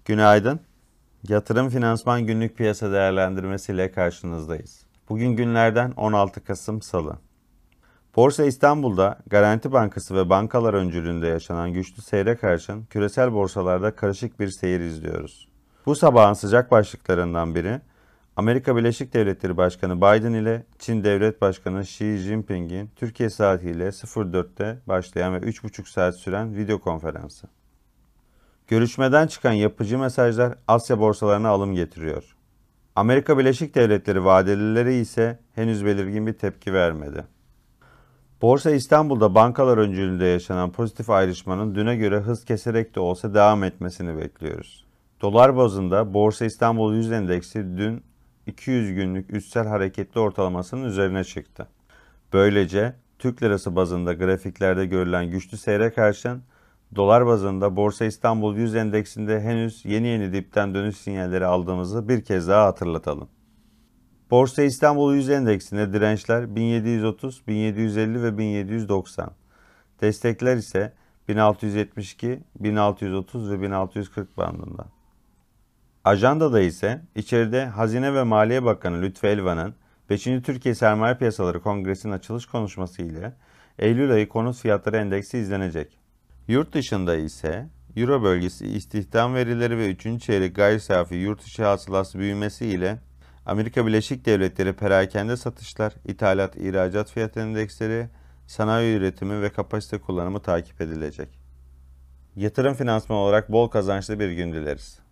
Günaydın. Yatırım Finansman Günlük Piyasa Değerlendirmesi ile karşınızdayız. Bugün günlerden 16 Kasım Salı. Borsa İstanbul'da Garanti Bankası ve bankalar öncülüğünde yaşanan güçlü seyre karşın küresel borsalarda karışık bir seyir izliyoruz. Bu sabahın sıcak başlıklarından biri, Amerika Birleşik Devletleri Başkanı Biden ile Çin Devlet Başkanı Xi Jinping'in Türkiye saatiyle 04'te başlayan ve 3,5 saat süren video konferansı. Görüşmeden çıkan yapıcı mesajlar Asya borsalarına alım getiriyor. Amerika Birleşik Devletleri vadelileri ise henüz belirgin bir tepki vermedi. Borsa İstanbul'da bankalar öncülüğünde yaşanan pozitif ayrışmanın düne göre hız keserek de olsa devam etmesini bekliyoruz. Dolar bazında Borsa İstanbul 100 endeksi dün 200 günlük üstsel hareketli ortalamasının üzerine çıktı. Böylece Türk lirası bazında grafiklerde görülen güçlü seyre karşın dolar bazında Borsa İstanbul 100 endeksinde henüz yeni dipten dönüş sinyalleri aldığımızı bir kez daha hatırlatalım. Borsa İstanbul 100 endeksinde dirençler 1730, 1750 ve 1790. Destekler ise 1672, 1630 ve 1640 bandında. Ajandada ise içeride Hazine ve Maliye Bakanı Lütfü Elvan'ın 5. Türkiye Sermaye Piyasaları Kongresi'nin açılış konuşması ile Eylül ayı konut fiyatları endeksi izlenecek. Yurt dışında ise Euro bölgesi istihdam verileri ve 3. çeyrek gayri safi yurt içi hasılası büyümesi ile Amerika Birleşik Devletleri perakende satışlar, ithalat, ihracat fiyat endeksleri, sanayi üretimi ve kapasite kullanımı takip edilecek. Yatırım finansman olarak bol kazançlı bir gün dileriz.